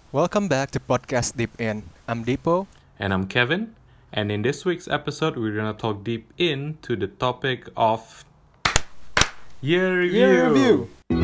Welcome back to Podcast Deep In. I'm Dipo. And I'm Kevin. And in this week's episode, we're gonna talk deep into the topic of year review.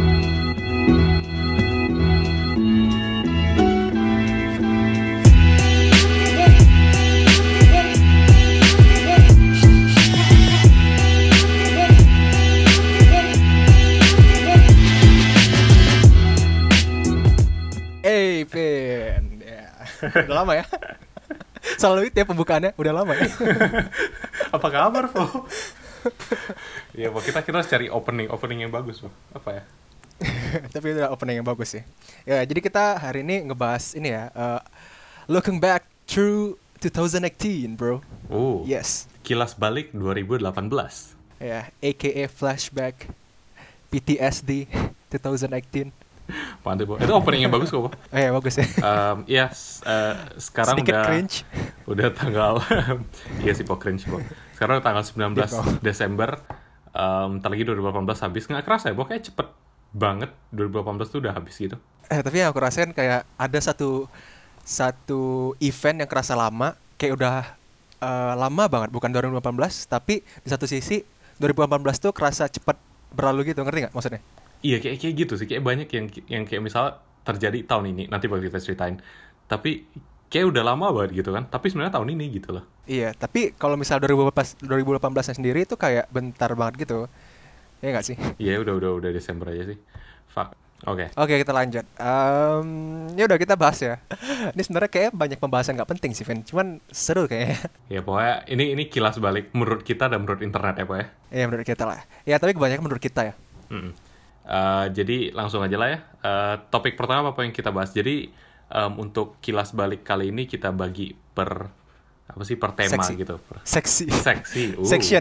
Hey, Vin. Ya. Udah lama ya? Selalu itu ya pembukaannya. Udah lama ya? Apa kabar, Po? Ya, Po, kita harus cari opening yang bagus, Po. Apa ya? Tapi udah opening yang bagus sih. Ya, jadi kita hari ini ngebahas ini ya. Looking back through 2018, bro. Oh. Yes. Kilas balik 2018. Ya, aka flashback PTSD 2018. Mantap, Po. Itu opening yang bagus kok, Po. Oh ya, bagus ya. Sekarang sedikit udah cringe. Udah tanggal iya sih, Po, cringe, Po. Sekarang udah tanggal 19 Desember. Ntar lagi 2018 habis. Nggak kerasa ya, Po, kayak cepet banget 2018 tuh udah habis gitu. Tapi yang aku rasain kayak ada satu event yang kerasa lama, kayak udah lama banget, bukan 2018, tapi di satu sisi 2018 tuh kerasa cepet berlalu gitu, ngerti nggak maksudnya? Iya, kayak gitu sih, kayak banyak yang kayak misalnya terjadi tahun ini, nanti bakal kita ceritain. Tapi kayak udah lama banget gitu kan, tapi sebenarnya tahun ini gitu loh. Iya, tapi kalau misal 2018 sendiri itu kayak bentar banget gitu. Iya nggak sih? Iya, udah Desember aja sih. Fuck. Oke. Oke, kita lanjut. Ya udah kita bahas ya. Ini sebenarnya kayak banyak pembahasan nggak penting sih, Vin. Cuman seru kayaknya. Ya pokoknya ini kilas balik menurut kita dan menurut internet ya, Po ya. Iya, menurut kita lah. Ya, tapi kebanyakan menurut kita ya. Jadi langsung aja lah ya. Topik pertama apa yang kita bahas. Jadi untuk kilas balik kali ini kita bagi per tema Seksi. gitu. Seksi. Section.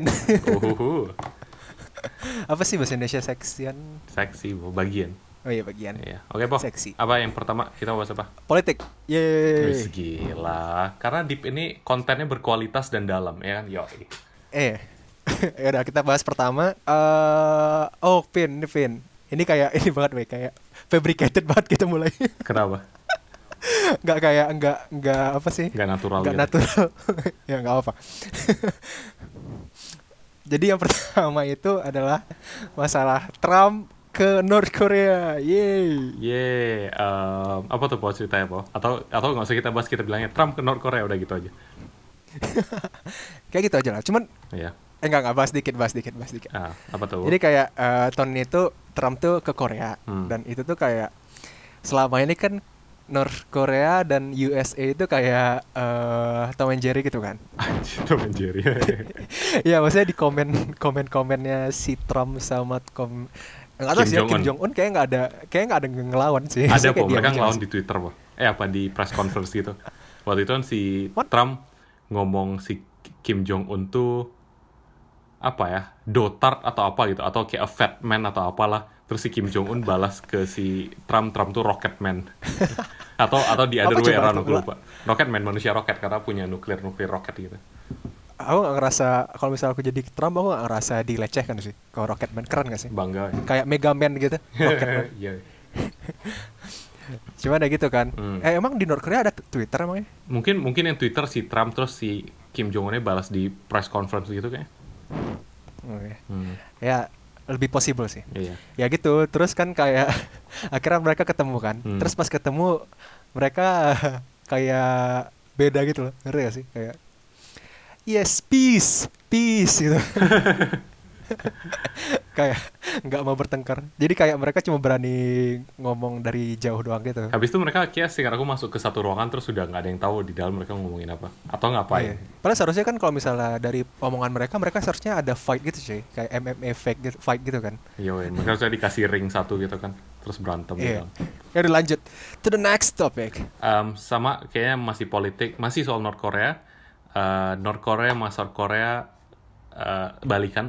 Apa sih bahasa Indonesia section? Seksi, bagian. Oh iya, bagian. Iya. Oke, Po. Seksi. Apa yang pertama kita bahas apa? Politik. Yeay. Wih, gila. Karena Deep ini kontennya berkualitas dan dalam, ya kan? Yoi. Ya udah kita bahas pertama. Vin. Ini kayak ini banget, weh, kayak fabricated banget kita mulai. Kenapa? Nggak apa sih? Nggak natural Nggak gitu. natural. Ya nggak apa. Jadi yang pertama itu adalah masalah Trump ke North Korea. Yeay. Apa tuh, Po, ceritanya, Po? Atau nggak usah kita bahas, kita bilangnya Trump ke North Korea, udah gitu aja. Kayak gitu aja lah. Cuman Iya. enggak bahas dikit. Apa tuh? Jadi kayak tahun itu Trump tuh ke Korea dan itu tuh kayak selama ini kan North Korea dan USA itu kayak Tom and Jerry gitu kan. Tom and Jerry. Ya maksudnya di komennya si Trump sama nggak tahu sih ya, Kim Jong Un kayak nggak ada ngelawan sih. Ada, Po, mereka ngelawan di Twitter, Po. Di press conference gitu. Waktu itu kan si Trump ngomong si Kim Jong Un tuh dotard atau apa gitu, atau kayak a fat man atau apalah. Terus si Kim Jong Un balas ke si Trump tuh rocket man. atau di other way around, aku lupa. Rocket man, manusia roket, karena punya nuklir roket gitu. Aku nggak ngerasa, kalau misalnya aku jadi Trump, aku nggak ngerasa dilecehkan sih. Kalau Rocketman keren nggak sih? Bangga ya. Kayak Mega Man gitu. Rocketman. Iya. Cuman ya gitu kan. Emang di North Korea ada Twitter emangnya? Mungkin yang Twitter si Trump, terus si Kim Jong Un balas di press conference gitu kayaknya. Okay. Ya lebih possible sih. Iya. Ya gitu. Terus kan kayak akhirnya mereka ketemu kan. Terus pas ketemu mereka kayak beda gitu loh. Ngerti gak sih? Kayak yes, peace gitu. Kayak nggak mau bertengkar. Jadi kayak mereka cuma berani ngomong dari jauh doang gitu. Habis itu mereka kayak aku masuk ke satu ruangan, terus sudah nggak ada yang tahu di dalam mereka ngomongin apa atau ngapain. Padahal seharusnya kan kalau misalnya dari omongan mereka seharusnya ada fight gitu sih, kayak MMA fight gitu kan. Iya, mereka harusnya dikasih ring satu gitu kan, terus berantem gitu. Ya udah lanjut to the next topic. Sama kayaknya masih politik, masih soal North Korea. North Korea sama South Korea balikan.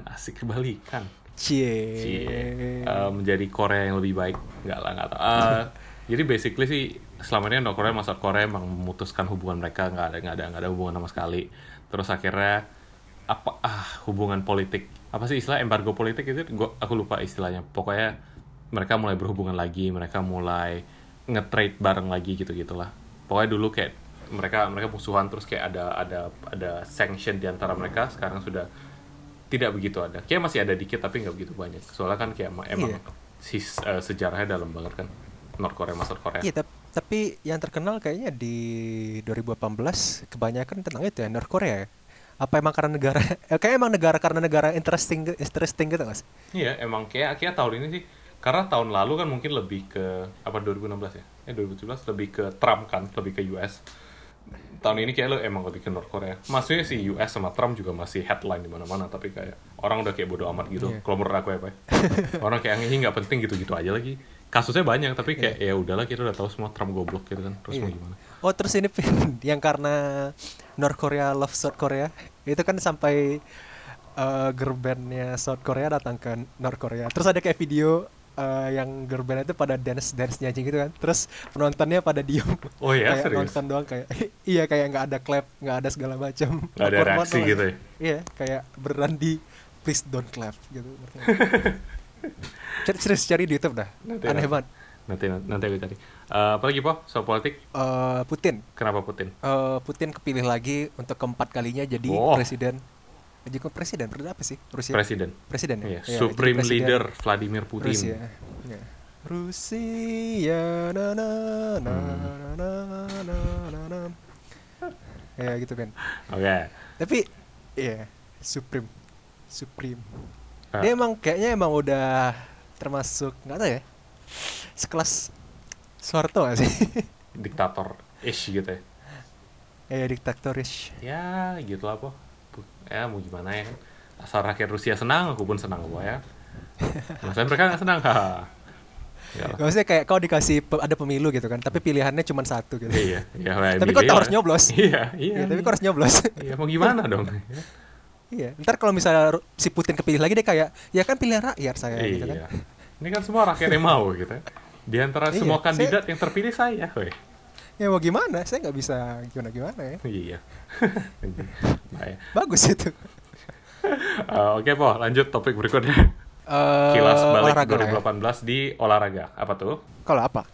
Menjadi Korea yang lebih baik. Nggak tahu. Jadi basically sih selama ini North Korea sama South Korea emang memutuskan hubungan mereka, nggak ada hubungan sama sekali. Terus akhirnya hubungan politik, apa sih istilah embargo politik itu? Aku lupa istilahnya. Pokoknya mereka mulai berhubungan lagi, mereka mulai nge-trade bareng lagi gitu-gitulah. Pokoknya dulu kayak mereka musuhan, terus kayak ada sanction di antara mereka. Sekarang sudah tidak begitu ada. Kayak masih ada dikit tapi nggak begitu banyak. Soalnya kan kayak emang sejarahnya dalam banget kan. North Korea, South Korea. Iya, tapi yang terkenal kayaknya di 2018 kebanyakan tentang itu ya, North Korea ya. Apa emang karena negara kayak emang karena negara interesting gitu nggak sih? Iya, emang kayak tahun ini sih. Karena tahun lalu kan mungkin lebih ke apa 2016 ya? 2017 lebih ke Trump kan, lebih ke US. Tahun ini kayak lo emang lebih ke North Korea. Maksudnya si US sama Trump juga masih headline di mana-mana, tapi kayak orang udah kayak bodo amat gitu. Iya. Kalau menurut aku ya, Pak. Orang kayak ini nggak penting gitu-gitu aja lagi. Kasusnya banyak, tapi kayak ya udahlah, kita udah tahu semua Trump goblok gitu kan. Terus mau Iya. gimana? Oh, terus ini Pin, yang karena North Korea love South Korea itu kan sampai girl bandnya South Korea datang ke North Korea. Terus ada kayak video yang girl band itu pada dance nyanyi gitu kan. Terus penontonnya pada diem. Oh iya, Kayak serius? nonton doang kayak iya, kayak nggak ada clap, nggak ada segala macam. Nggak ada Awkward reaksi banget gitu lah. ya? Iya, kayak beneran di please don't clap gitu. Serius cari di YouTube dah. Aneh banget. Nanti aku cari. Apa lagi, Po? Soal politik? Putin. Kenapa Putin? Putin kepilih lagi untuk keempat kalinya jadi Oh. presiden. Jadi presiden apa sih Rusia? Presiden. Presiden ya. Iya, Iya, Supreme jadi presiden Leader Vladimir Putin. Rusia. Ya. Rusia na na na na na na na na. Ya gitu kan. Oke. Tapi iya, Supreme. Ah. Dia emang kayaknya emang udah termasuk nggak tahu ya. Sekelas Soeharto gak sih? Diktator-ish gitu ya. Diktatoris. Ya, gitu lah, Po. Ya, mau gimana ya kan. Asal rakyat Rusia senang, aku pun senang, Po ya. Maksudnya mereka nggak senang, ha. Ya lah. Maksudnya kayak kau dikasih ada pemilu gitu kan, tapi pilihannya cuma satu gitu. Iya, iya. Tapi kau harus nyoblos. Iya, iya. Iya, tapi kau harus nyoblos. Iya, mau gimana dong? Iya. Ntar kalau misalnya si Putin kepilih lagi dia kayak, ya kan pilihan rakyat saya gitu kan. Iya. Ini kan semua rakyat yang mau gitu. Di antara Iya, semua kandidat yang terpilih saya, weh. Ya mau gimana? Saya nggak bisa gimana ya. Iya. Nah, ya. Bagus itu. Oke, Po, lanjut topik berikutnya. Kilas balik olahraga lah ya. 2018 di olahraga. Apa tuh? Kalau apa?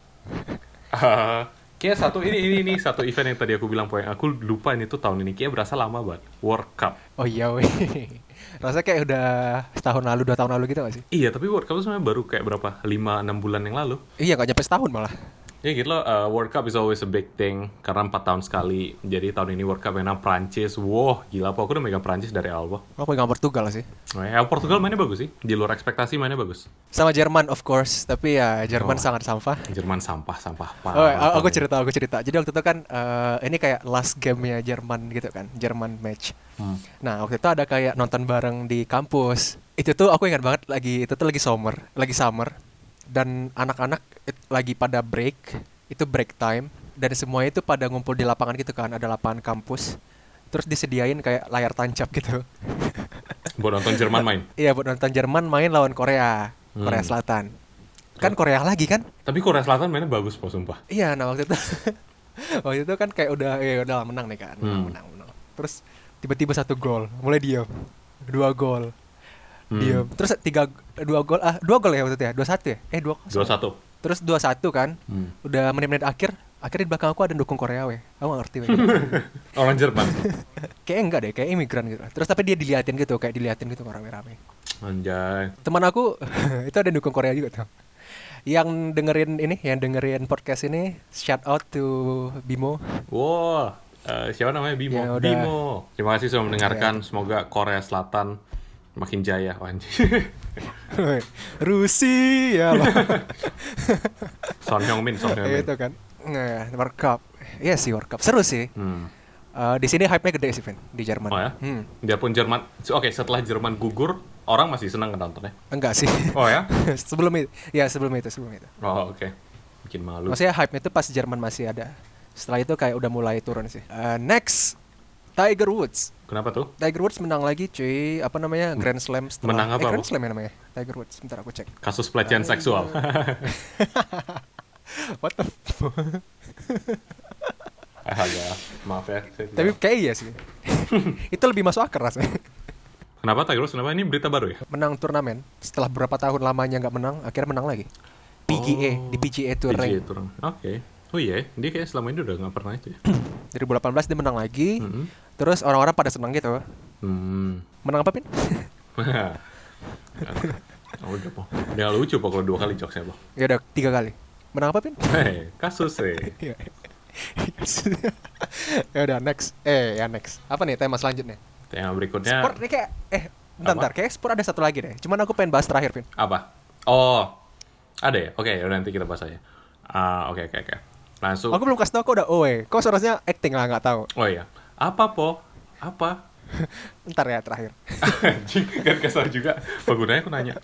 Kayak satu event yang tadi aku bilang, Po, yang aku lupa ini tuh tahun ini. Kayak berasa lama banget. World Cup. Oh iya weh. Rasanya kayak udah setahun lalu, 2 tahun lalu gitu gak sih? Iya, tapi World Cup itu sebenarnya baru kayak berapa? 5-6 bulan yang lalu. Iya, gak nyampe setahun malah. Ya gitu loh, World Cup is always a big thing. Karena 4 tahun sekali. Jadi tahun ini World Cup menang Prancis. Wow, gila, Po. Aku udah megang Prancis dari awal, Po. Oh, pegang Portugal sih. Oh, ya, Portugal mainnya bagus sih. Di luar ekspektasi mainnya bagus. Sama Jerman of course, tapi ya Jerman sangat sampah. Jerman sampah Oh, parah. aku cerita. Jadi waktu itu kan ini kayak last game-nya Jerman gitu kan, Jerman match. Nah, waktu itu ada kayak nonton bareng di kampus. Itu tuh aku ingat banget lagi summer dan anak-anak lagi pada break, itu break time dan semuanya itu pada ngumpul di lapangan gitu kan, ada lapangan kampus. Terus disediain kayak layar tancap gitu. Buat nonton Jerman main. Iya, buat nonton Jerman main lawan Korea Selatan. Kan Korea lagi kan? Tapi Korea Selatan mainnya bagus, Po, sumpah. Iya, nah waktu itu kan kayak udah menang nih kan, menang. Terus tiba-tiba 1 gol, mulai diam. 2 gol. Diam. Terus 2 gol ya waktu itu ya? 2-1 ya? 2-0. 2-1. Terus 2-1 kan. Udah menit-menit akhirnya di belakang aku ada dukung Korea weh. Aku gak ngerti weh. Orang Jerman. Kayaknya enggak deh, kayak imigran gitu. Terus tapi dia diliatin gitu rame-rame. Anjay. Teman aku itu ada dukung Korea juga tuh. Yang dengerin podcast ini, shout out to Bimo. Wow. Siapa namanya? Bimo. Ya, udah. Bimo. Terima kasih sudah mendengarkan. Semoga Korea Selatan makin jaya. Anjay. Rusia lah. Son Heung-min. Itu kan. Nah, World Cup. Iya sih World Cup. Seru sih. Di sini hype-nya gede sih, Vin, di Jerman. Oh ya? Biarpun Jerman. Oke, setelah Jerman gugur, orang masih senang nontonnya. Enggak sih. Oh ya? sebelum itu. Oh, oke. Bikin malu. Maksudnya hype-nya itu pas Jerman masih ada. Setelah itu kayak udah mulai turun sih. Next, Tiger Woods. Kenapa tuh? Tiger Woods menang lagi, cuy. Apa namanya? Grand Slam setelah. Menang apa, Grand Bu? Slam ya namanya. Tiger Woods. Bentar aku cek. Kasus pelecehan seksual. What the fuck? Agak, maaf ya. Tapi kayak iya sih. Itu lebih masuk akal rasanya. Kenapa Tiger Woods? Kenapa ini berita baru ya? Menang turnamen setelah berapa tahun lamanya nggak menang, akhirnya menang lagi. di PGA Tour PGA rank. Tour. Oke. Oh iya, dia kayak selama ini udah nggak pernah itu ya. 2018 dia menang lagi. Mm-mm. Terus orang-orang pada senang gitu. Hmm. Menang apa, Pin? Oh, udah po. Dia nggak lucu po kalau 2 kali jokesnya po. Ya udah 3 kali. Menang apa, Pin? Hei, kasus Iya. Ya udah next. Ya next. Apa nih tema selanjutnya? Tema berikutnya Sport nih kayak bentar, Apa? kayak sport ada satu lagi deh. Cuman aku pengen bahas terakhir, Pin. apa? Oh, ada ya? Oke, yaudah nanti kita bahas aja. Oke. Langsung. Aku belum kasih tau, kok udah kok seharusnya acting lah, nggak tahu. Oh iya. Apa po? Apa? Ntar ya terakhir. Anjing, kan kesal juga. Penggunanya aku nanya.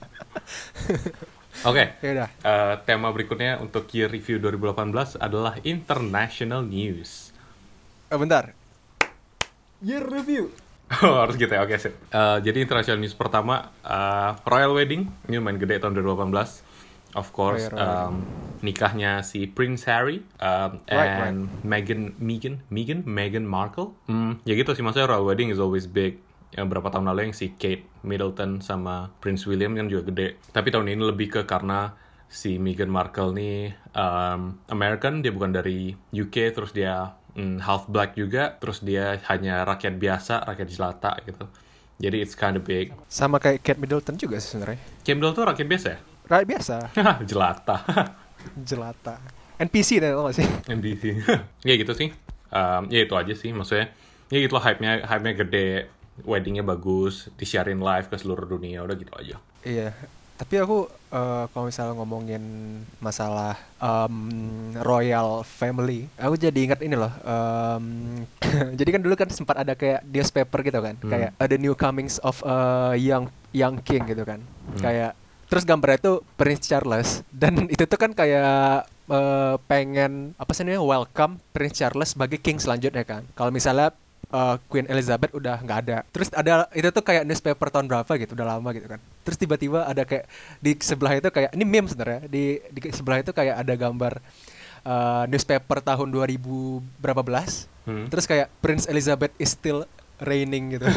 Oke. Ya udah. Tema berikutnya untuk year review 2018 adalah international news. Bentar. Year review. Oh, harus gitu ya. Oke, sip. Jadi international news pertama, Royal Wedding. Ini main gede tahun 2018. Of course, Oh, iya, Royal nikahnya si Prince Harry Right. and Meghan Markle. Ya gitu sih, maksudnya Royal Wedding is always big. Yang berapa tahun lalu yang si Kate Middleton sama Prince William kan juga gede. Tapi tahun ini lebih ke karena si Meghan Markle nih American, dia bukan dari UK, terus dia half black juga, terus dia hanya rakyat biasa, rakyat jelata gitu. Jadi it's kind of big. Sama kayak Kate Middleton juga sih sebenarnya. Campbell tuh rakyat biasa ya? Rakyat biasa. Jelata. Jelata. NPC deh, tau gak sih? NBC. Ya gitu sih. Ya itu aja sih, maksudnya. Ya gitu lah, hype-nya gede, weddingnya bagus, disiarin live ke seluruh dunia, udah gitu aja. Iya. Tapi aku kalau misalnya ngomongin masalah royal family, aku jadi ingat ini loh. Jadi kan dulu kan sempat ada kayak newspaper gitu kan, kayak ada new comings of young king gitu kan. Kayak terus gambarnya itu Prince Charles, dan itu tuh kan kayak pengen apa sih namanya, welcome Prince Charles sebagai king selanjutnya kan. Kalau misalnya Queen Elizabeth udah nggak ada. Terus ada itu tuh kayak newspaper tahun berapa gitu, udah lama gitu kan. Terus tiba-tiba ada kayak di sebelah itu kayak ini meme sebenarnya. Di sebelah itu kayak ada gambar newspaper tahun 2000 berapa belas. Terus kayak Prince Elizabeth is still reigning gitu.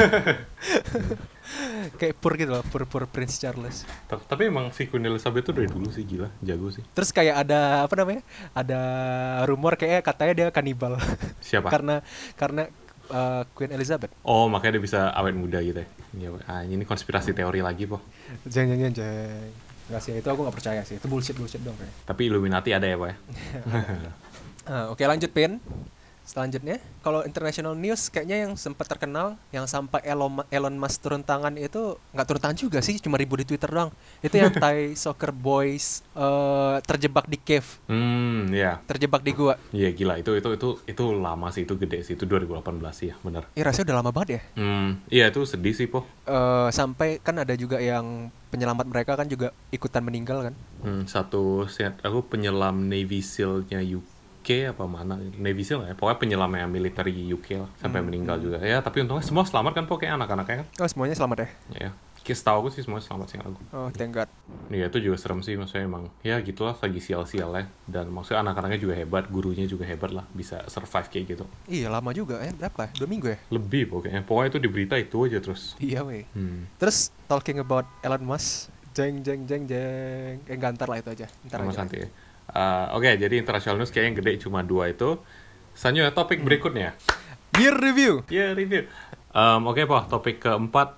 Kayak pur gitu loh, pur Prince Charles. Tapi emang si Queen Elizabeth tuh dari dulu sih gila, jago sih. Terus kayak ada apa namanya? Ada rumor kayak katanya dia kanibal. Siapa? karena Queen Elizabeth. Oh, makanya dia bisa awet muda gitu ya. Ini konspirasi teori lagi po. Jeng. Nggak sih, itu aku nggak percaya sih. Itu bullshit dong kayak. Tapi Illuminati ada ya po ya. Oke, lanjut Pin. Selanjutnya, kalau international news kayaknya yang sempat terkenal, yang sampai Elon Musk turun tangan itu nggak turun tangan juga sih, cuma ribut di Twitter doang. Itu yang Thai soccer boys terjebak di cave, Ya. terjebak di gua. Iya gila, itu lama sih, itu gede sih, itu 2018 sih ya, benar. Rasanya udah lama banget ya. Iya itu sedih sih po. Sampai kan ada juga yang penyelamat mereka kan juga ikutan meninggal kan. Aku penyelam Navy Seal-nya UK apa mana, Navy Seal ya, pokoknya penyelamnya military UK lah, sampai meninggal juga. Ya tapi untungnya semua selamat kan po, kayak anak-anaknya kan. Oh, semuanya selamat ya. Ya, setahu aku sih semuanya selamat sih aku. Oh, thank God. Ya itu juga serem sih, maksudnya emang ya gitulah, lagi sial-sial ya. Dan maksudnya anak-anaknya juga hebat, gurunya juga hebat lah, bisa survive kayak gitu. Iya, lama juga ya. Berapa? 2 minggu ya? Lebih pokoknya itu di berita itu aja terus. Iya weh. Terus talking about Elon Musk, jeng. Gantar lah itu aja. Ntar Sama aja. Santi ya. Oke, jadi international news kayaknya yang gede cuma 2 itu. Sanyo, topik berikutnya. Year review. Ya, review. Oke, Po, topik keempat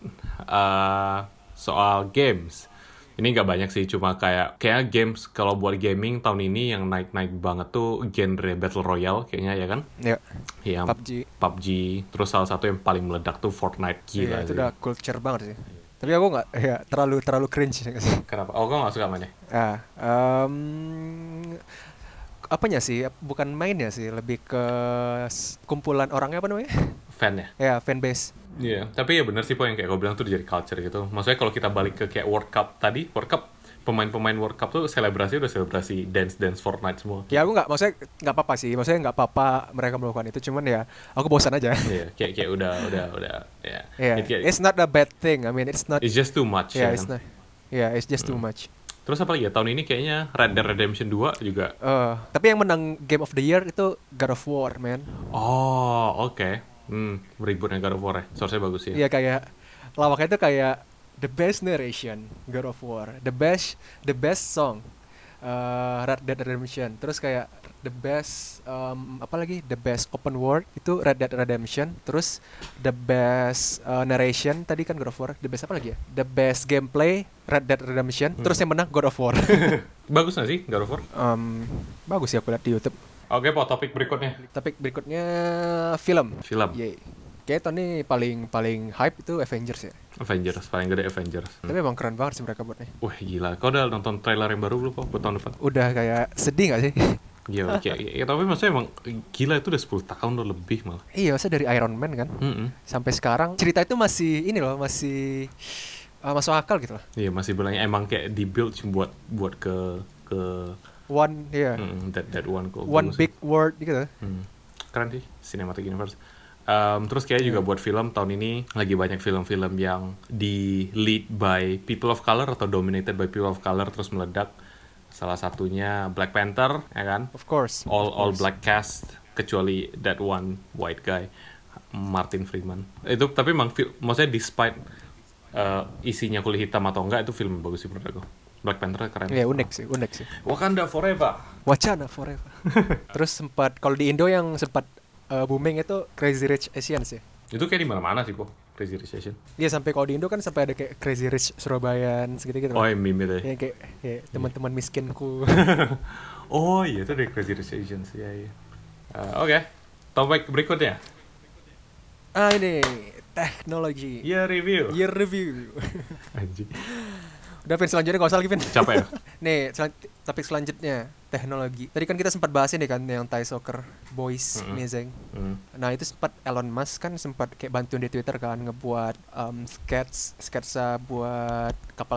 soal games. Ini nggak banyak sih, cuma kayak games kalau buat gaming tahun ini yang naik banget tuh genre Battle Royale kayaknya ya kan? Ya. Iya. PUBG. Terus salah satu yang paling meledak tuh Fortnite. Gila Iya, itu sih. udah culture banget sih. Tapi aku nggak, ya terlalu cringe ya sih. Kenapa? Oh, kok nggak suka mainnya? Apanya sih? Bukan mainnya sih, lebih ke kumpulan orangnya apa namanya? Fan ya? Ya, fanbase. Iya, tapi ya bener sih Po yang kayak gue bilang tuh jadi culture gitu. Maksudnya kalau kita balik ke kayak World Cup tadi, World Cup, pemain-pemain World Cup tuh udah selebrasi dance Fortnite semua. Ya aku nggak, maksudnya nggak apa-apa sih. Maksudnya nggak apa-apa mereka melakukan itu, cuman ya aku bosan aja. Iya, kayak udah ya. Yeah. It's not a bad thing. I mean, it's just too much. Yeah, ya it's kan? not. Yeah, it's just too much. Terus apa lagi ya? Tahun ini kayaknya Red Dead Redemption 2 juga. Tapi yang menang Game of the Year itu God of War, man. Oh, oke. Ributnya God of War ya. Source-nya bagus ya. Iya, kayak lawaknya itu kayak the best narration God of War, the best song, Red Dead Redemption. Terus kayak the best apa lagi? The best open world itu Red Dead Redemption. Terus the best narration tadi kan God of War. The best apa lagi ya? The best gameplay Red Dead Redemption. Terus yang menang God of War. Bagus nggak sih God of War? Bagus ya aku lihat di YouTube. Oke, topik berikutnya. Topik berikutnya film. Film. Yeay. Kayak tahun ini paling hype itu Avengers ya. Avengers, paling gede Avengers. Tapi emang keren banget sih mereka buatnya. Wah gila, kau udah nonton trailer yang baru belum kok buat tahun depan? Udah kayak sedih gak sih? Iya, ya, tapi maksudnya emang gila itu udah 10 tahun loh lebih malah. Iya, maksudnya dari Iron Man kan. Sampai sekarang cerita itu masih ini loh, masih masuk akal gitu loh. Iya, masih bilangnya emang kayak dibuild cuma buat ke one ya. that one kok. One big word gitu. Keren sih Cinematic Universe. Terus kayak juga buat film tahun ini lagi banyak film-film yang di lead by people of color atau dominated by people of color terus meledak. Salah satunya Black Panther, ya kan? Of course. All black cast kecuali that one white guy Martin Freeman. Itu tapi emang maksudnya despite isinya kulit hitam atau enggak itu film bagus sih menurut aku. Black Panther keren. Iya, unik sih. Wakanda Forever. Wacana Forever. Terus sempat kalau di Indo yang sempat booming itu Crazy Rich Asians ya. Itu kayak di mana-mana sih, Po. Crazy Rich Asians. Iya, sampai kalau di Indo kan sampai ada kayak Crazy Rich Surabayaan segitu-gitu. Oh, yang meme itu ya. Yang kayak teman-teman miskinku. Oh, iya itu dari Crazy Rich Asians. Iya. Oke. Topik berikutnya. Ini teknologi. Year review. Anjing. Udah, Vin, selanjutnya gak usah lagi, Vin. Capek ya? Nih, topik selanjutnya, teknologi. Tadi kan kita sempat bahas ini kan, yang Thai Soccer Boys, Mezeng. Nah, itu sempat Elon Musk kan sempat kayak bantuin di Twitter kan, ngebuat sketsa buat kapal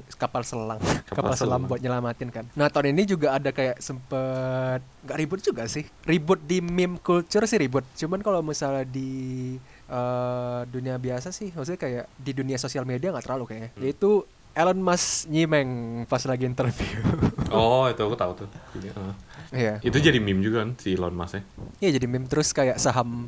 selam buat nyelamatin kan. Nah, tahun ini juga ada kayak sempet, gak ribut juga sih. Ribut di meme culture sih ribut. Cuman kalau misalnya di dunia biasa sih, maksudnya kayak di dunia sosial media gak terlalu kayaknya. Yaitu Elon Musk nyimeng pas lagi interview. Oh, itu aku tahu tuh. Iya. Itu jadi meme juga kan si Elon Musk ya. Iya, jadi meme. Terus kayak saham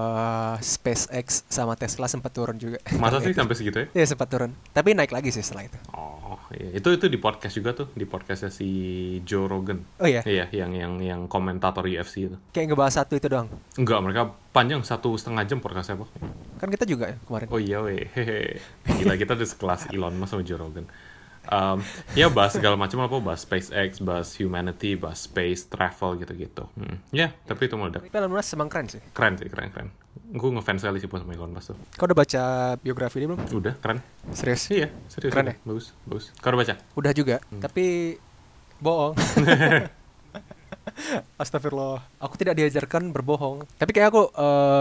SpaceX sama Tesla sempat turun juga. Masa sih sampai segitu ya? Iya, sempat turun. Tapi naik lagi sih setelah itu. Oh, iya. Itu di podcast juga tuh, di podcastnya si Joe Rogan. Oh iya. Iya, yang komentator UFC itu. Kayak ngebahas satu itu doang. Enggak, mereka panjang 1,5 jam podcastnya, Po. Kan kita juga ya kemarin. Oh iya weh, gila kita udah sekelas Elon Musk sama Joe Rogan. Ya bahas segala macam apa, bahas SpaceX, bahas humanity, bahas space travel gitu-gitu. Ya, tapi itu meledak. Tapi Elon Musk emang keren sih. Keren. Gue ngefans sekali sih sama Elon Musk tuh. Kau udah baca biografi dia belum? Udah, keren. Serius? Iya, serius. Keren ya? Bagus. Kau udah baca? Udah juga, tapi bohong. Astagfirullah. Aku tidak diajarkan berbohong. Tapi kayak aku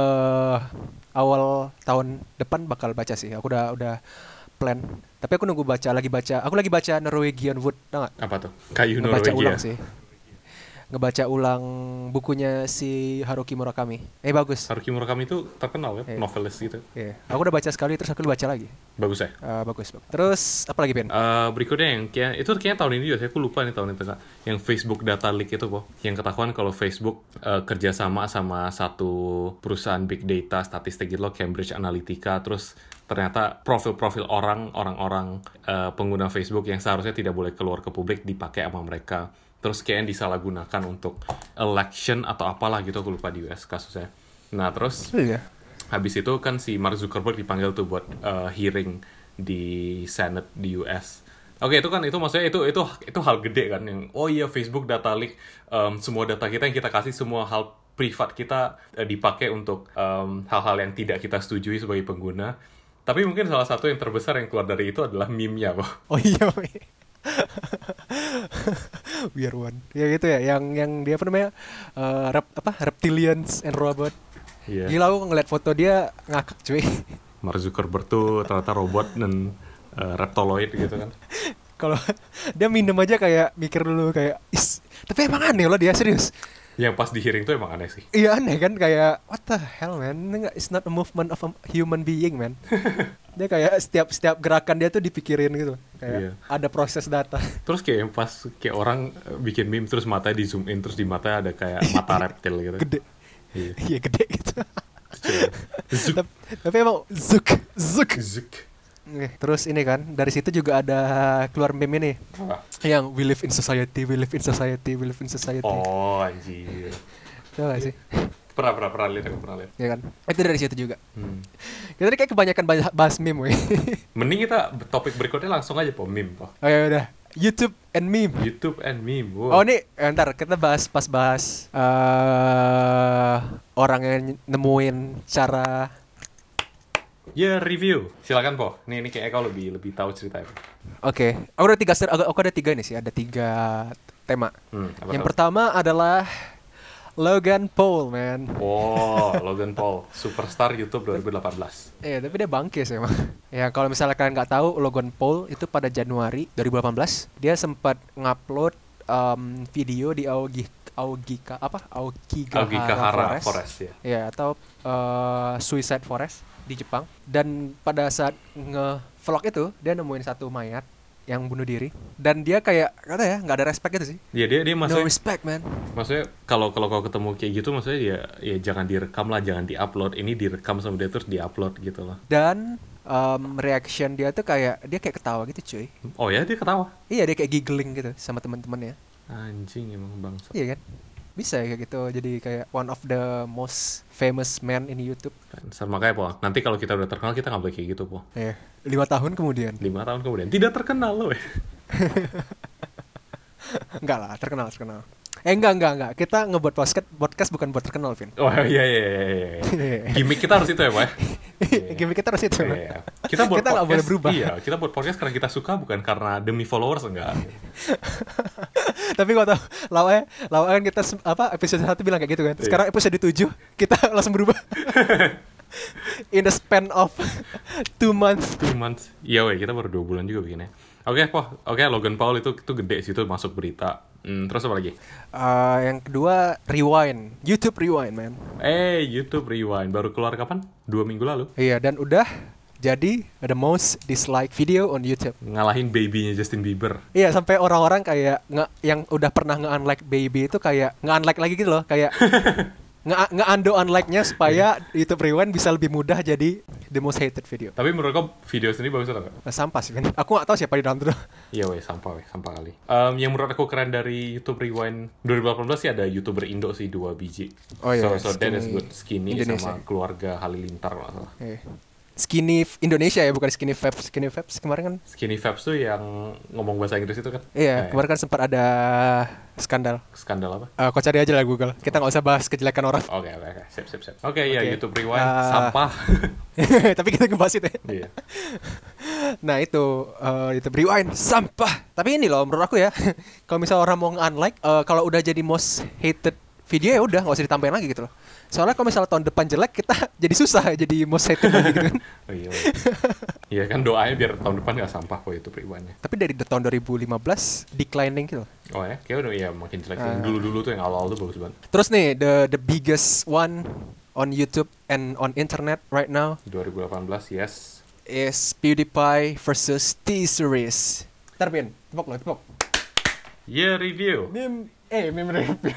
awal tahun depan bakal baca sih. Aku udah plan. Tapi aku lagi baca Norwegian Wood, tau gak? Apa tuh? Kayu Ngebaca Norwegia. ulang sih. Ngebaca ulang bukunya si Haruki Murakami. Bagus. Haruki Murakami itu terkenal kan, Iya. novelis gitu. Iya. Aku udah baca sekali terus aku baca lagi. Bagus ya? Bagus. Terus apa lagi, Ben? Berikutnya yang kayaknya tahun ini juga, aku lupa nih tahun itu Kak. Yang Facebook data leak itu, Po. Yang ketahuan kalau Facebook kerjasama sama satu perusahaan big data statistik gitu loh, Cambridge Analytica. Terus ternyata profil-profil orang-orang pengguna Facebook yang seharusnya tidak boleh keluar ke publik dipakai sama mereka. Terus kayaknya disalahgunakan untuk election atau apalah gitu, aku lupa di US kasusnya. Nah terus habis itu kan si Mark Zuckerberg dipanggil tuh buat hearing di Senate di US. Oke, itu maksudnya itu hal gede kan, yang oh iya Facebook data leak, semua data kita yang kita kasih, semua hal privat kita dipakai untuk hal-hal yang tidak kita setujui sebagai pengguna. Tapi mungkin salah satu yang terbesar yang keluar dari itu adalah meme-nya, Po. Oh iya. Weird one. Ya gitu ya, yang dia apa namanya? Reptilians and Robot. Yeah. Gila, aku ngeliat foto dia ngakak cuy. Mark Zuckerberg tuh ternyata robot dan reptoloid gitu kan. Kalau dia minum aja kayak mikir dulu kayak tapi emang aneh loh dia, serius. Yang pas di hearing tuh emang aneh sih. Iya aneh kan, kayak what the hell man, it's not a movement of a human being man. Dia kayak setiap gerakan dia tuh dipikirin gitu, kayak ada proses data. Terus kayak yang pas kayak orang bikin meme terus matanya di zoom in, terus di mata ada kayak mata reptil gitu. Gede. Iya gede gitu. Zuk. Tapi emang zuk. Terus ini kan dari situ juga ada keluar meme ini Apa? yang we live in society, we live in society, we live in society. Oh anjir. Tahu gak sih? Pernah lihat, aku pernah lihat. Ya kan? Itu dari situ juga. Hmm. Kita tadi kayak kebanyakan bahas meme, weh. Mending kita topik berikutnya langsung aja po meme po. Oh ya udah. YouTube and meme. YouTube and meme. Wow. Oh nih, ntar kita bahas orang yang nemuin cara. Ya review. Silakan po. Ini kayak kau lebih tahu ceritanya. Oke, aku ada tiga nih sih, ada 3 tema. Apa Yang tuh? pertama adalah Logan Paul, man. Oh, Logan Paul, superstar YouTube 2018. Tapi dia bangkit sih emang. Ya kalau misalnya kalian nggak tahu, Logan Paul itu pada Januari 2018 dia sempat ngupload video di Aokigahara Forest. Ya. Ya, atau Suicide Forest di Jepang. Dan pada saat nge-vlog itu dia nemuin satu mayat yang bunuh diri, dan dia kayak kata ya nggak ada respect gitu sih. Ya dia No maksudnya, respect, man. maksudnya kalau kau ketemu kayak gitu, maksudnya ya jangan direkam lah, jangan diupload. Ini direkam sama dia terus diupload gitu loh. Dan reaction dia tuh kayak dia kayak ketawa gitu, cuy. Oh ya, dia ketawa. Iya, dia kayak giggling gitu sama teman-temannya. Anjing emang bangsa. Iya kan? Bisa ya kayak gitu. Jadi kayak one of the most famous man in YouTube. Makanya po, nanti kalau kita udah terkenal kita nggak boleh kayak gitu po. 5 tahun kemudian. 5 tahun kemudian tidak terkenal loh. Enggak lah, terkenal. Enggak. Kita ngebuat podcast bukan buat terkenal, Vin. Oh iya. Gimik kita harus itu ya, Pak. Gimik kita harus itu. Iya. Kita buat Kita nggak boleh podcast. berubah. Iya, kita buat podcast karena kita suka, bukan karena demi followers, enggak. Tapi gua tau lawan kita episode 1 bilang kayak gitu kan. Sekarang episode 7 kita langsung berubah. In the span of 2 months. 2 months. Iya, weh, kita baru 2 bulan juga bikinnya. Oke, Logan Paul itu gede sih, itu masuk berita. Terus apa lagi? Yang kedua Rewind, YouTube Rewind, man. YouTube Rewind baru keluar kapan? 2 minggu lalu. Iya, dan udah jadi the most disliked video on YouTube. Ngalahin babynya Justin Bieber. Iya, sampai orang-orang kayak yang udah pernah nge-unlike baby itu kayak nge-unlike lagi gitu loh, kayak nge-undo unlike-nya supaya YouTube Rewind bisa lebih mudah jadi the most hated video. Tapi menurut kau video sendiri bagus atau enggak? Sampah sih, kan. Aku gak tahu siapa di dalam itu. Iya sampah kali. Yang menurut aku keren dari YouTube Rewind 2018 sih ada YouTuber Indo sih 2 biji. Oh iya, So that is good. Skinny Indonesia. sama keluarga Halilintar kalau nggak salah. Skinny Indonesia ya, bukan Skinny Vapes. Skinny Vapes kemarin kan. Skinny Vapes tuh yang ngomong bahasa Inggris itu kan? Iya, kemarin kan sempat ada skandal. Skandal apa? Kau cari aja lah Google. Kita nggak usah bahas kejelekan orang. Oke. Sip. Oke, ya Oke. YouTube Rewind sampah. Tapi kita ngebahas itu ya. Iya. Nah itu YouTube Rewind sampah. Tapi ini loh menurut aku ya, kalau misalnya orang mau nge-unlike, kalau udah jadi most hated video ya udah nggak usah ditambahin lagi gitu loh. Soalnya kalau misalnya tahun depan jelek kita jadi susah jadi most hated lagi gitu kan. Oh iya. Iya kan doanya biar tahun depan nggak sampah kok YouTube Rewind-nya. Tapi dari tahun 2015 declining gitu. Oh ya, kayak udah ya makin jelek. Dulu tuh yang awal-awal tuh bagus banget. Terus nih the biggest one on YouTube and on internet right now 2018 yes. is PewDiePie versus T-Series. Ntar Pin, tepok. Yeah review. Meme review.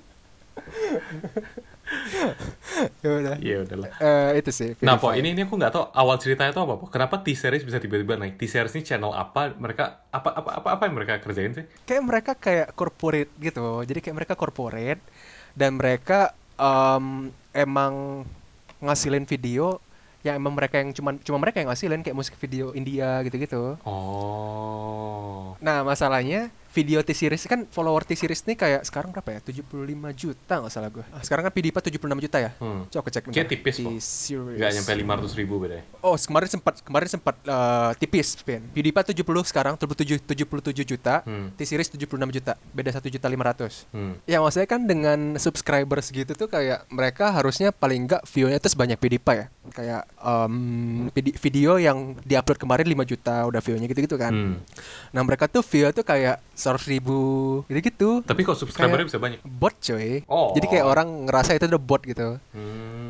Iya udahlah. Itu sih. Nah, Po, ini aku nggak tahu awal ceritanya itu apa, Po. Kenapa T-Series bisa tiba-tiba naik? T-Series ini channel apa? Mereka apa yang mereka kerjain sih? Kayak mereka kayak corporate gitu. Jadi kayak mereka corporate dan mereka emang ngasilin video yang emang mereka yang cuma mereka yang ngasilin, kayak musik video India gitu-gitu. Oh. Nah, masalahnya video T-Series kan, follower T-Series nih kayak sekarang berapa ya? 75 juta nggak salah gue. Sekarang kan PewDiePie 76 juta ya? Coba aku cek bentar. Kayak tipis, Po. T-Series. Nggak nyampe 500.000 bedanya. Oh, kemarin sempat tipis, Pin. PewDiePie 70 sekarang, 77 juta. T-Series 76 juta. Beda 1.500.000. Ya maksudnya kan dengan subscribers gitu tuh kayak mereka harusnya paling enggak view-nya tuh sebanyak PewDiePie ya. Kayak video yang diupload kemarin 5 juta udah view-nya gitu-gitu kan. Nah, mereka tuh view tuh kayak 100.000 gitu-gitu. Tapi kok subscribernya bisa banyak? Bot coy. Oh. Jadi kayak orang ngerasa itu udah bot gitu.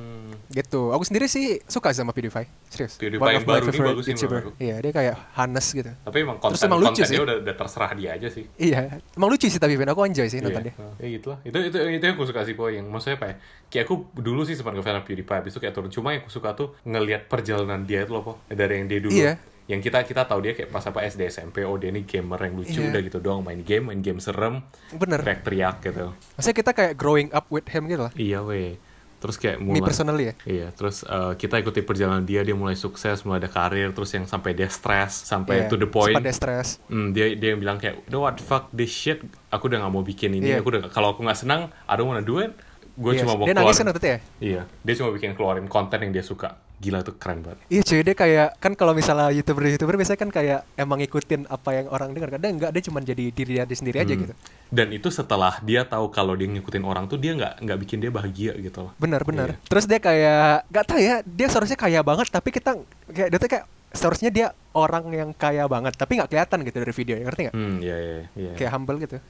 Gitu. Aku sendiri sih suka sama PewDiePie. Serius. PewDiePie One yang of my baru nih favorite bagus sih YouTuber. menurut aku. Iya, dia kayak Hanes gitu. Tapi emang Terus emang lucu kontennya sih. udah terserah dia aja sih. Iya, emang lucu sih tapi Ben, aku enjoy sih nonton dia. Ya gitu lah. Itu yang aku suka sih po, yang maksudnya apa ya? Kayak aku dulu sih sempat ngefans PewDiePie, habis itu kayak turun. Cuma yang aku suka tuh ngelihat perjalanan dia itu loh po, dari yang dia dulu. Iya. Yang kita tahu dia kayak pas apa SD SMP, oh dia ini gamer yang lucu, Iya. udah gitu doang, main game serem, Bener. teriak gitu. Maksudnya kita kayak growing up with him gitu lah. Iya weh. Terus kayak Me personally ya. Iya, terus kita ikuti perjalanan dia mulai sukses, mulai ada karir, terus yang sampai dia stres, sampai Iya, to the point. sempat dia stres. Dia yang bilang kayak, "No, what fuck this shit, aku udah gak mau bikin ini, Iya. kalau aku nggak senang, I don't wanna do it." Gue Iya, cuma mau dia nangis kan keluarin. waktu itu ya? Iya, dia cuma bikin keluarin konten yang dia suka. Gila, itu keren banget. Iya cuy, dia kayak kan kalau misalnya YouTuber biasanya kan kayak emang ngikutin apa yang orang dengar. Kadang enggak, dia cuma jadi diri dia sendiri aja gitu. Dan itu setelah dia tahu kalau dia ngikutin orang tuh dia nggak bikin dia bahagia gitu loh. Benar. Iya. Terus dia kayak gak tahu ya, dia seharusnya kaya banget tapi kita kayak dia tuh kayak seharusnya dia orang yang kaya banget tapi nggak kelihatan gitu dari videonya, ngerti nggak? Iya. Kayak humble gitu.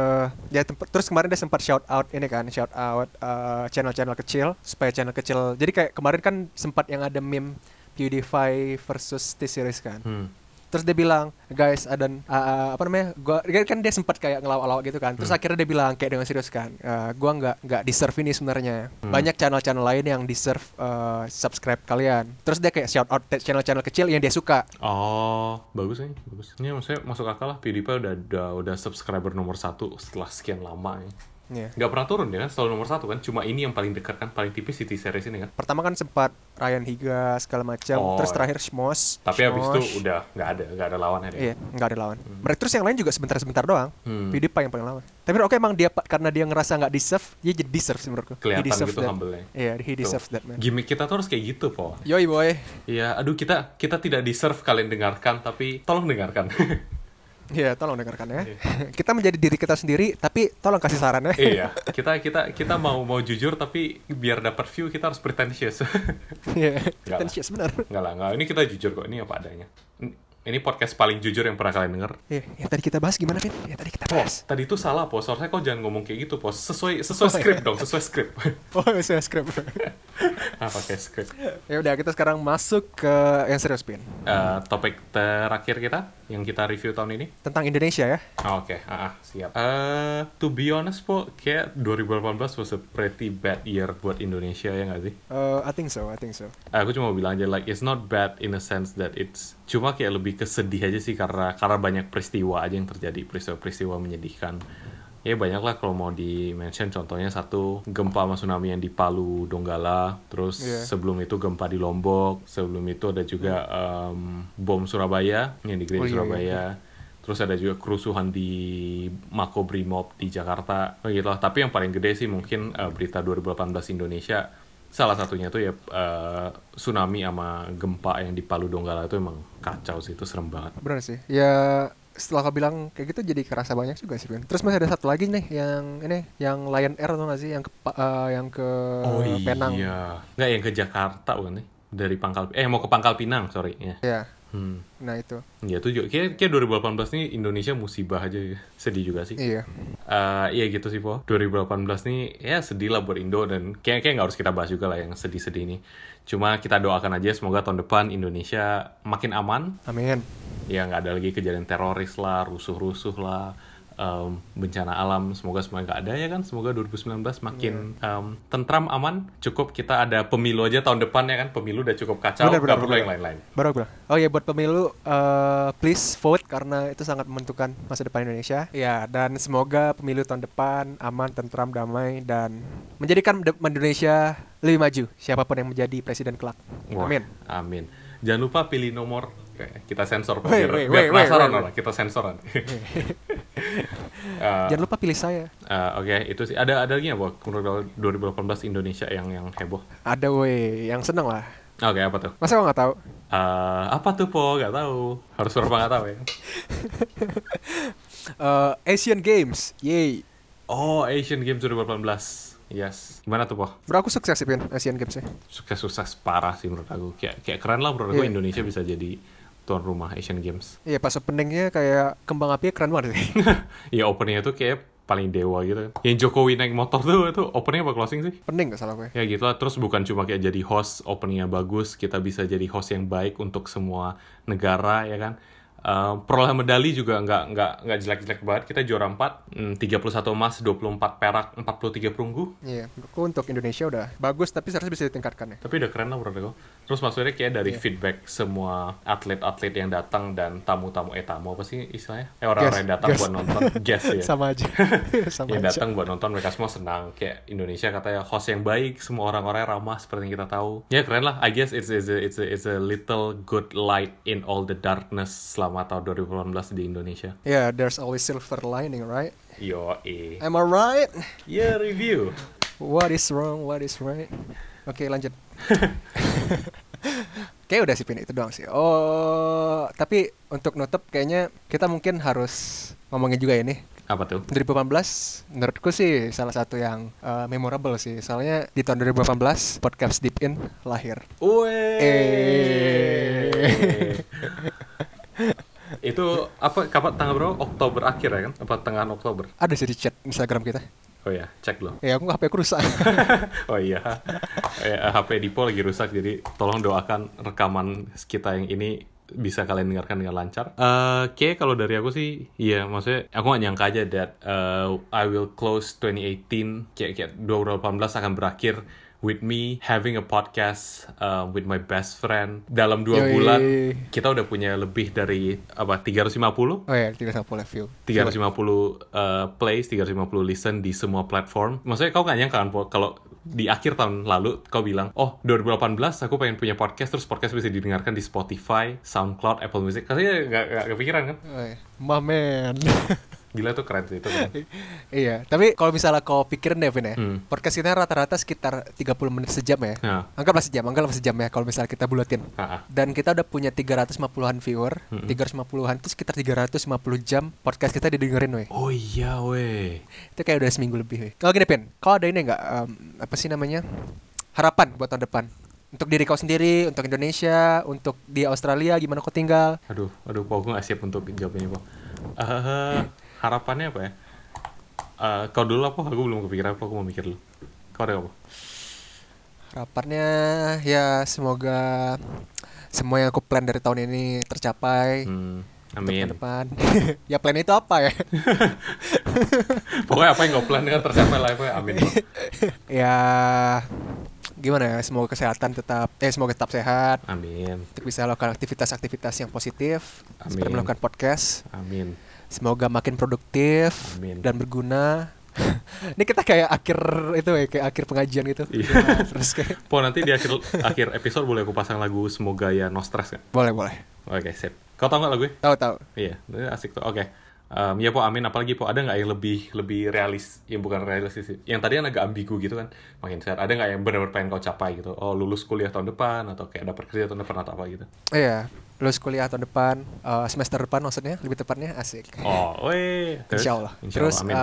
Terus kemarin dia sempat shout out channel-channel kecil supaya channel kecil. Jadi kayak kemarin kan sempat yang ada meme PewDiePie versus T-Series kan. Terus dia bilang, guys, ada apa namanya? Kan dia sempat kayak ngelawak-lawak gitu kan. Terus akhirnya dia bilang kayak dengan serius kan, gua nggak deserve ini sebenarnya. Banyak channel-channel lain yang deserve subscribe kalian. Terus dia kayak shout out channel-channel kecil yang dia suka. Oh, bagus nih, bagus. Ini maksudnya masuk akal lah. PewDiePie udah subscriber nomor 1 setelah sekian lama ya. Iya. Nggak pernah turun dia kan, selalu nomor 1 kan. Cuma ini yang paling dekat kan, paling tipis City Series ini kan. Pertama kan sempat Ryan Higa segala macam, terus terakhir Shmosh. Tapi habis itu udah nggak ada lawannya dia. Iya, nggak ada lawan. Terus yang lain juga sebentar-sebentar doang. PewDiePie yang paling lama. Tapi oke, emang dia karena dia ngerasa nggak deserve, dia jadi deserve sih menurutku. Kelihatan gitu humble-nya. Iya, he deserves that, man. Gimmick kita tuh harus kayak gitu, po. Yoi boy. Iya, aduh kita tidak deserve kalian dengarkan, tapi tolong dengarkan. Iya, tolong dengarkan ya. Kita menjadi diri kita sendiri, tapi tolong kasih saran ya. Iya, kita mau jujur tapi biar dapat view kita harus pretentious. Iya, Nggak pretentious benar. Enggak. Ini kita jujur kok, ini apa adanya. Ini podcast paling jujur yang pernah kalian denger. Iya, yang tadi kita bahas gimana, Vin? Yang tadi kita bahas. Tadi itu salah, Pos. Seharusnya kau jangan ngomong kayak gitu, Pos. Sesuai skrip dong, sesuai skrip. Oh, saya script. Pakai skrip. Ya udah, kita sekarang masuk ke yang serius, Pin. Topik terakhir kita yang kita review tahun ini. Tentang Indonesia ya. Oke, siap. To be honest, Po, kayak 2018 was a pretty bad year buat Indonesia, ya nggak sih? I think so. Aku cuma mau bilang aja, like, it's not bad in a sense that it's... Cuma kayak lebih kesedih aja sih, karena banyak peristiwa aja yang terjadi, peristiwa menyedihkan. Ya banyak lah kalau mau di-mention, contohnya satu, gempa sama tsunami yang di Palu, Donggala. Terus sebelum itu gempa di Lombok. Sebelum itu ada juga bom Surabaya, yang di Gereja Surabaya. Terus ada juga kerusuhan di Makobrimob di Jakarta. Gitu lah. Tapi yang paling gede sih mungkin berita 2018 Indonesia. Salah satunya tuh ya tsunami sama gempa yang di Palu Donggala itu emang kacau sih, itu serem banget. Benar sih. Ya setelah kau bilang kayak gitu jadi kerasa banyak juga sih, Vin. Terus masih ada satu lagi nih yang Lion Air tuh nggak sih, yang ke Penang. Iya. Nggak, yang ke Jakarta bukan nih? Dari mau ke Pangkal Pinang, sorry. Iya. Nah itu. Ya itu juga kayak 2018 nih Indonesia musibah aja, sedih juga sih. Iya. Iya gitu sih, Po. 2018 nih ya sedih lah buat Indo, dan kayak nggak harus kita bahas juga lah yang sedih-sedih ini. Cuma kita doakan aja semoga tahun depan Indonesia makin aman. Amin. Ya nggak ada lagi kejadian teroris lah, rusuh-rusuh lah, bencana alam. Semoga semua nggak ada ya kan. Semoga 2019 makin tentram, aman. Cukup kita ada pemilu aja tahun depan ya kan. Pemilu udah cukup kacau, nggak perlu yang lain-lain. Baru. Oh ya, buat pemilu please vote karena itu sangat menentukan masa depan Indonesia. Ya, dan semoga pemilu tahun depan aman, tentram, damai, dan menjadikan Indonesia lebih maju, siapapun yang menjadi presiden kelak. Amin. Amin. Jangan lupa pilih nomor. Kita sensor biar penasaran lah, kita sensoran. Jangan lupa pilih saya. Oke, itu sih. Ada lagi nggak, Bo, menurut 2018 Indonesia yang heboh? Ada yang seneng lah. Oke, apa tuh? Masa kau nggak tahu? Apa tuh, Po? Nggak tahu. Harus berapa nggak tahu ya? Asian Games, yay. Oh, Asian Games 2018. Yes. Gimana tuh, Po? Bro, aku sukses sih, Pin, Asian Games ya. Sukses parah sih menurut aku. Kayak keren lah menurut aku, Indonesia bisa jadi tuan rumah Asian Games. Iya, pas openingnya kayak kembang apinya keren banget sih. Iya, openingnya tuh kayak paling dewa gitu kan. Yang Jokowi naik motor tuh itu opening apa closing sih? Pening gak salah gue. Ya gitu lah, terus bukan cuma kayak jadi host, openingnya bagus, kita bisa jadi host yang baik untuk semua negara ya kan. Perolehan medali juga nggak jelek-jelek banget. Kita juara 4, 31 emas, 24 perak, 43 perunggu. Iya, menurutku untuk Indonesia udah bagus, tapi seharusnya bisa ditingkatkan ya. Tapi udah keren lah menurut aku. Terus maksudnya kayak dari feedback semua atlet-atlet yang datang dan tamu-tamu apa sih istilahnya? Orang-orang yang datang Guest. buat nonton, guest ya. Sama aja. Sama Yang aja. datang buat nonton, mereka semua senang. Kayak Indonesia katanya host yang baik, semua orang-orangnya ramah seperti yang kita tahu. Ya keren lah. I guess it's a little good light in all the darkness selama tahun 2018 di Indonesia. Yeah, there's always silver lining, right? Yo, Am I right? yeah, review. What is wrong? What is right? Oke, lanjut. Kayak udah sih Pin, itu doang sih. Oh, tapi untuk nutup kayaknya kita mungkin harus ngomongin juga ini. Apa tuh? 2018 menurutku sih salah satu yang memorable sih. Soalnya di tahun 2018 podcast Deep In lahir. Itu apa kapan tanggal berapa? Oktober akhir ya kan? Apa tengah Oktober? Ada sih di chat Instagram kita. Oh ya, cek dulu. Ya aku HP aku rusak. Oh iya. HP Dipo lagi rusak, jadi tolong doakan rekaman kita yang ini bisa kalian dengarkan dengan lancar. Kayak kalau dari aku sih, iya maksudnya aku gak nyangka aja that I will close 2018, kayak 2018 akan berakhir with me having a podcast with my best friend. Dalam 2 bulan kita udah punya lebih dari 350? Oh ya, 350 view. 350 plays, 350 listen di semua platform. Maksudnya kau gak nyangka kan kalau di akhir tahun lalu kau bilang, oh 2018 aku pengen punya podcast, terus podcast bisa didengarkan di Spotify, SoundCloud, Apple Music. Katanya gak kepikiran kan? Oh ya, my man. Gila tuh, keren tuh itu kan. Iya, tapi kalau misalnya kau pikirin deh Vin ya, podcast kita rata-rata sekitar 30 menit sejam ya. Anggaplah sejam ya kalau misalnya kita bulatin. Dan kita udah punya 350-an viewer, 350-an itu sekitar 350 jam podcast kita didengerin weh. Oh iya weh. Itu kayak udah seminggu lebih weh. Kalau gini Pin, kau ada ini nggak, apa sih namanya, harapan buat tahun depan? Untuk diri kau sendiri, untuk Indonesia, untuk di Australia, gimana kau tinggal? Aduh, Pau, gue gak siap untuk jawab ini, Pau. Harapannya apa ya? Kau dulu apa? Aku belum kepikiran apa, aku mau mikir dulu. Kau ada apa? Harapannya ya semoga semua yang aku plan dari tahun ini tercapai. Untuk Amin. tahun depan. Ya plan itu apa ya? Pokoknya apa yang kau plan kan tercapai lah, amin. Ya gimana ya, semoga kesehatan semoga tetap sehat. Amin. Untuk bisa melakukan aktivitas-aktivitas yang positif. Amin. Seperti melakukan podcast. Amin. Semoga makin produktif. Amin. Dan berguna. Ini kita kayak akhir itu ya, kayak akhir pengajian gitu. Iya. Ya, terus kayak Po, nanti di akhir episode boleh aku pasang lagu Semoga Ya No Stress kan? boleh. Oke, sip. Kau tau gak lagu gue? Tahu. Iya, asik tuh. Oke. Ya Po, amin. Apalagi Po, ada nggak yang lebih realis, yang bukan realistis sih, yang tadi kan agak ambigu gitu kan, makin sehat. Ada nggak yang benar-benar pengen kau capai gitu? Oh, lulus kuliah tahun depan, atau kayak dapat kerja tahun depan, atau apa gitu? Iya, lulus kuliah tahun depan, semester depan maksudnya, lebih tepatnya, asik. Oh, weh. Insya Allah. Insya Terus Allah, amin.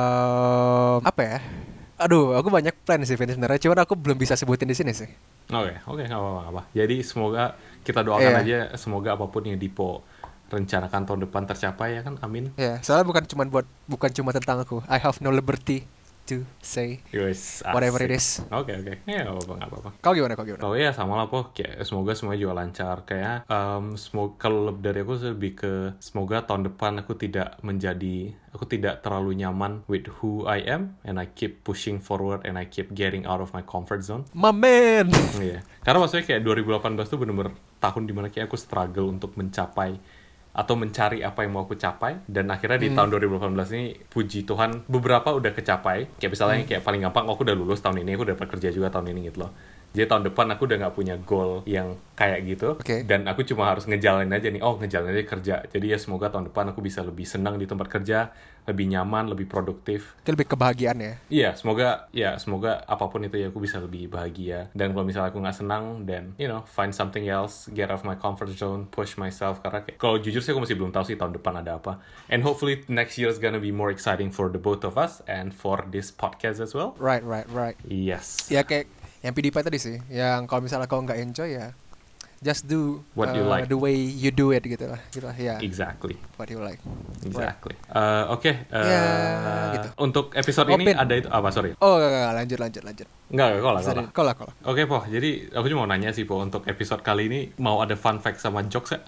apa ya? Aduh, aku banyak plan sih Vin sebenarnya, cuman aku belum bisa sebutin di sini sih. Oke, nggak apa-apa. Jadi semoga kita doakan Iya. aja, semoga apapun yang Dipo rencanakan tahun depan tercapai ya kan, amin. Ya, soalnya bukan cuma tentang aku. I have no liberty to say Yes, whatever asik. it is. Oke, ya nggak apa-apa. Kau gimana? Oh ya sama lah Po, kayak semoga semuanya juga lancar. Kayak semoga, kalau dari aku lebih ke semoga tahun depan aku tidak terlalu nyaman with who I am, and I keep pushing forward and I keep getting out of my comfort zone. My man. Iya. Karena maksudnya kayak 2018 tuh bener-bener tahun dimana kayak aku struggle untuk mencapai atau mencari apa yang mau aku capai, dan akhirnya di tahun 2018 ini puji Tuhan beberapa udah kecapai. Kayak misalnya kayak paling gampang, aku udah lulus tahun ini, aku udah dapat kerja juga tahun ini gitu loh. Jadi tahun depan aku udah gak punya goal yang kayak gitu. Dan aku cuma harus ngejalanin aja nih, ngejalanin aja kerja. Jadi ya semoga tahun depan aku bisa lebih senang di tempat kerja, lebih nyaman, lebih produktif. Itu lebih kebahagiaan ya. Iya, semoga apapun itu ya aku bisa lebih bahagia. Dan kalau misalnya aku nggak senang, then find something else, get out of my comfort zone, push myself. Karena kalau jujur sih aku masih belum tahu sih tahun depan ada apa. And hopefully next year is gonna be more exciting for the both of us and for this podcast as well. Right. Yes. Ya kayak yang PewDiePie tadi sih, yang kalau misalnya kau nggak enjoy ya just do What you like. the way you do it gitu lah ya. Exactly. What you like. Exactly. Oke. Ya, gitu. Untuk episode ini Opin. ada itu apa? Sorry. Oh lanjut. Enggak, kok lah. Kola. Oke, Po. Jadi aku cuma mau nanya sih, Po, untuk episode kali ini mau ada fun fact sama jokes ya?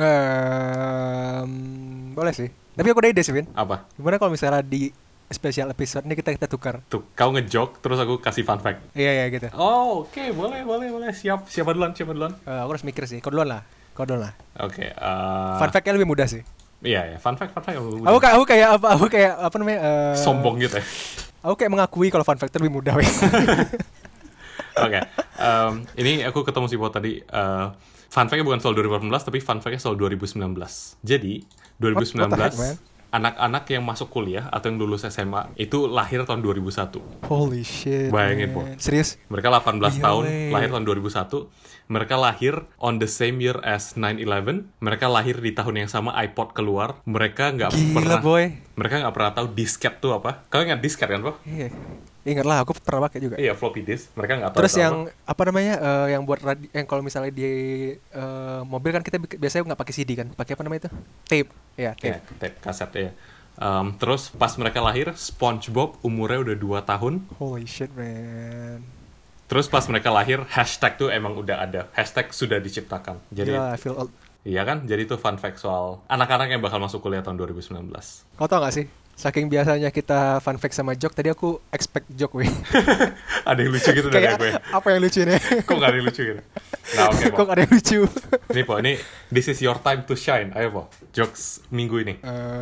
Boleh sih. Tapi aku ada ide sih, Vin. Apa? Gimana kalau misalnya di special episode ini kita tukar? Tuh, kau ngejoke terus aku kasih fun fact. Iya gitu. Oh, oke, boleh. Siap. Siapa duluan? Aku harus mikir sih. Kau duluan lah. Oke. Fun fact-nya lebih mudah sih. Iya. Fun fact. Aku kayak apa namanya? Sombong gitu ya. Aku kayak mengakui kalau fun fact itu lebih mudah, weh. Oke. Ini aku ketemu si Bo tadi. Fun fact-nya bukan soal 2018, tapi fun fact-nya soal 2019. Jadi, 2019, What the heck, man? anak-anak yang masuk kuliah atau yang lulus SMA itu lahir tahun 2001. Holy shit. Bayangin, Po. Man. Serius? Mereka 18 Iya, tahun, weh. lahir tahun 2001. Mereka lahir on the same year as 9/11. Mereka lahir di tahun yang sama iPod keluar. Mereka nggak Gila, pernah, boy. mereka nggak pernah tahu disket tuh apa. Kalian ingat disket kan, Po? Iya. Ingat lah, aku pernah pakai juga. Iya, floppy disk. Mereka nggak tahu. Terus itu yang apa. apa namanya yang buat yang kalau misalnya di mobil kan kita biasanya nggak pakai CD kan, pakai apa namanya itu? Tape. Ya, Ya, tape. tape kaset ya. Terus pas mereka lahir, SpongeBob umurnya udah 2 tahun. Holy shit, man. Terus pas mereka lahir, hashtag tuh emang udah ada. Hashtag sudah diciptakan. Jadi, Gila, I feel old. iya kan? Jadi itu fun fact soal anak-anak yang bakal masuk kuliah tahun 2019. Kau tau gak sih? Saking biasanya kita fun fact sama joke, tadi aku expect joke, weh. Ada yang lucu gitu dari Kayak gue. apa yang lucu nih? Kok gak ada yang lucu gitu? Nah, oke, Po. Kok ada yang lucu? Ini, Po, ini this is your time to shine. Ayo, Po. Jokes minggu ini.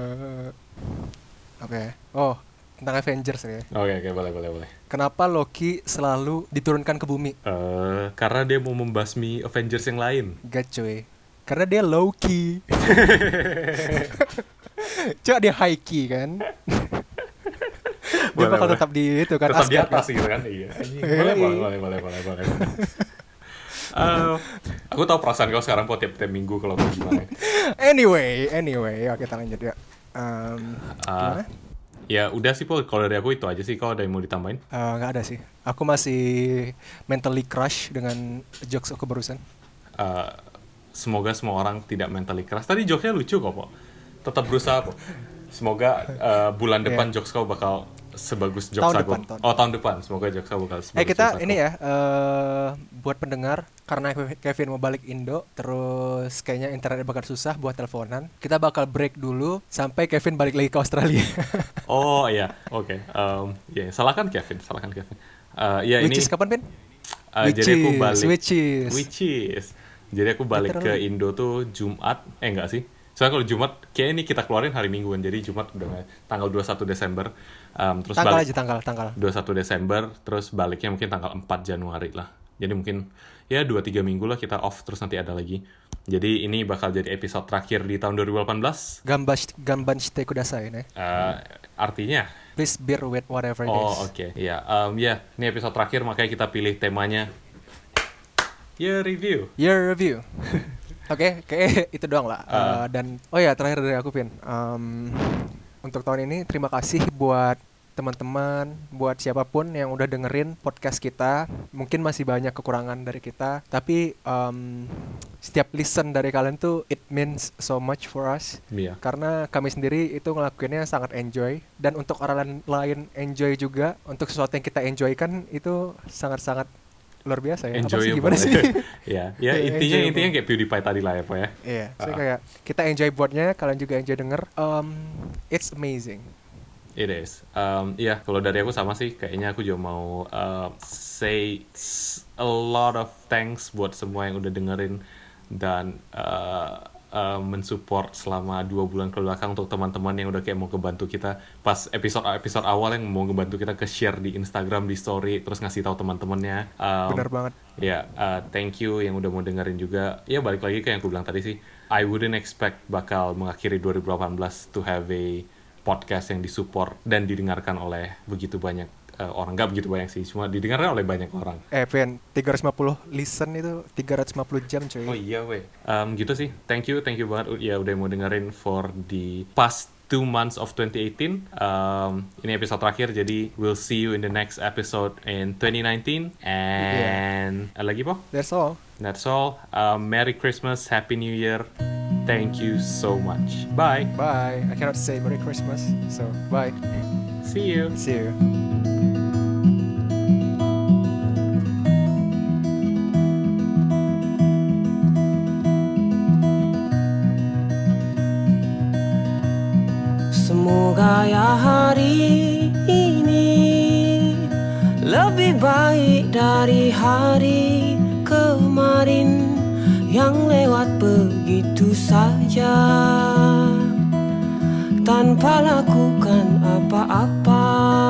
Oke. Oh, tentang Avengers ya. Oke, boleh. Kenapa Loki selalu diturunkan ke bumi? Karena dia mau membasmi Avengers yang lain. Gak cuy. Karena dia low key. Coba dia high key kan. Dia bakal tetap di itu kan. Tetap di Asgard, atas kan? gitu kan. Iya. Boleh. Aku tahu perasaan kau sekarang, Po, tiap minggu kalau kau gimana. Anyway, ya kita lanjut ya. Gimana? Ya udah sih, Po, kalau dari aku itu aja sih. Kau ada yang mau ditambahin? Nggak ada sih. Aku masih mentally crush dengan jokes aku barusan. Semoga semua orang tidak mentally keras. Tadi jokesnya lucu kok, Po. Tetap berusaha, Po. Semoga bulan depan jokes kau bakal sebagus jokes aku. Tahun depan. Semoga jokes kau bakal sebagus Kita jokes aku. ini ya, buat pendengar, karena Kevin mau balik Indo, terus kayaknya internet bakal susah buat teleponan. Kita bakal break dulu sampai Kevin balik lagi ke Australia. Oh iya, oke. Salahkan Kevin. Ya Which ini. is kapan, Pin? Jadi aku balik. Which is. Jadi aku balik ke Literally. Indo tuh Jumat. Enggak sih. Soalnya kalau Jumat, kayak ini kita keluarin hari Minggu kan. Jadi Jumat udah tanggal 21 Desember. Terus Tanggal balik aja, tanggal. 21 Desember. Terus baliknya mungkin tanggal 4 Januari lah. Jadi mungkin ya 2-3 minggu lah kita off. Terus nanti ada lagi. Jadi ini bakal jadi episode terakhir di tahun 2018. Gamban shite kudasai, ne? Artinya? Please bear with whatever it is. Oh, oke. Ya, ini episode terakhir. Makanya kita pilih temanya Year Review. Oke, kayak itu doang lah. Dan terakhir dari aku, Pin. Untuk tahun ini terima kasih buat teman-teman, buat siapapun yang udah dengerin podcast kita. Mungkin masih banyak kekurangan dari kita, tapi setiap listen dari kalian tuh it means so much for us. Iya. Karena kami sendiri itu ngelakuinnya sangat enjoy, dan untuk orang lain enjoy juga. Untuk sesuatu yang kita enjoy kan itu sangat-sangat luar biasa ya. Apa sih, gimana sih? Ya, intinya kayak PewDiePie tadi lah ya, Po ya. Iya, kayak kita enjoy buatnya, kalian juga enjoy denger. It's amazing. It is. Iya, kalau dari aku sama sih. Kayaknya aku juga mau say a lot of thanks buat semua yang udah dengerin dan mensupport selama 2 bulan kebelakang. Untuk teman-teman yang udah kayak mau ngebantu kita pas episode awal yang mau ngebantu kita ke share di Instagram, di story, terus ngasih tahu teman-temannya. Benar banget. Ya, thank you yang udah mau dengerin juga. Ya, balik lagi ke yang aku bilang tadi sih. I wouldn't expect bakal mengakhiri 2018 to have a podcast yang disupport dan didengarkan oleh begitu banyak orang. Nggak begitu banyak sih, cuma didengarkan oleh banyak orang. Pen, 350 listen itu 350 jam, coy. Oh iya, weh. Gitu sih. Thank you banget ya udah mau dengerin for the past 2 months of 2018. Ini episode terakhir, jadi we'll see you in the next episode in 2019. And lagi po? That's all. That's all. Merry Christmas, Happy New Year. Thank you so much. Bye. Bye. I cannot say Merry Christmas, so bye. See you. See you. Semoga ya hari ini lebih baik dari hari kemarin yang lewat begitu saja tanpa lakukan apa-apa.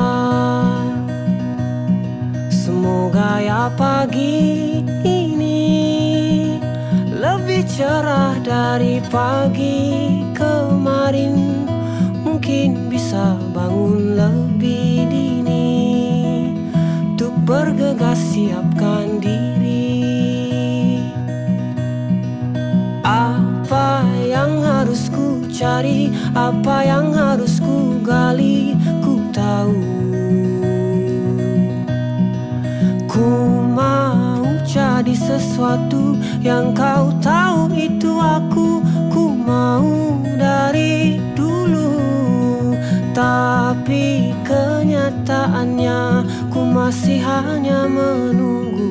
Semoga ya pagi ini lebih cerah dari pagi kemarin. Mungkin bisa bangun lebih dini untuk bergegas siapkan diri. Apa yang harus ku cari, apa yang harus ku gali, ku tahu. Ku mau jadi sesuatu yang kau tahu itu aku. Ku mau dari dulu, tapi kenyataannya ku masih hanya menunggu.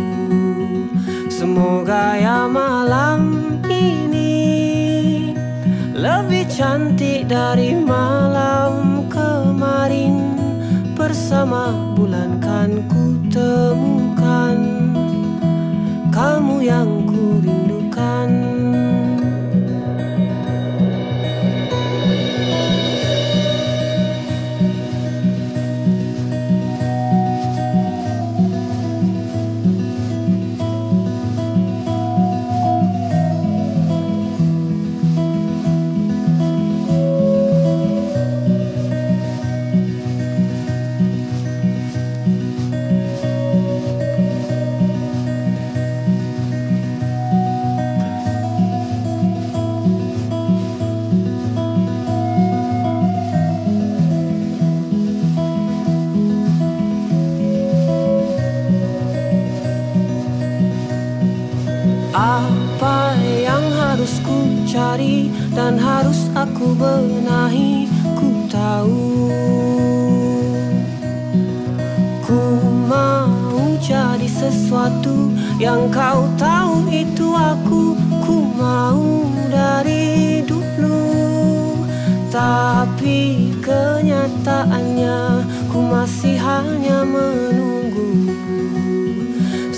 Semoga ya malam ini lebih cantik dari malam kemarin. Bersama bulan kan ku temukan kamu yang ku rindukan. Apa yang harus ku cari dan harus aku benahi, ku tahu. Ku mau jadi sesuatu yang kau tahu itu aku. Ku mau dari dulu, tapi kenyataannya ku masih hanya menunggu.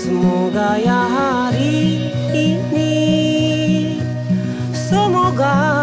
Semoga ya hari ini, semoga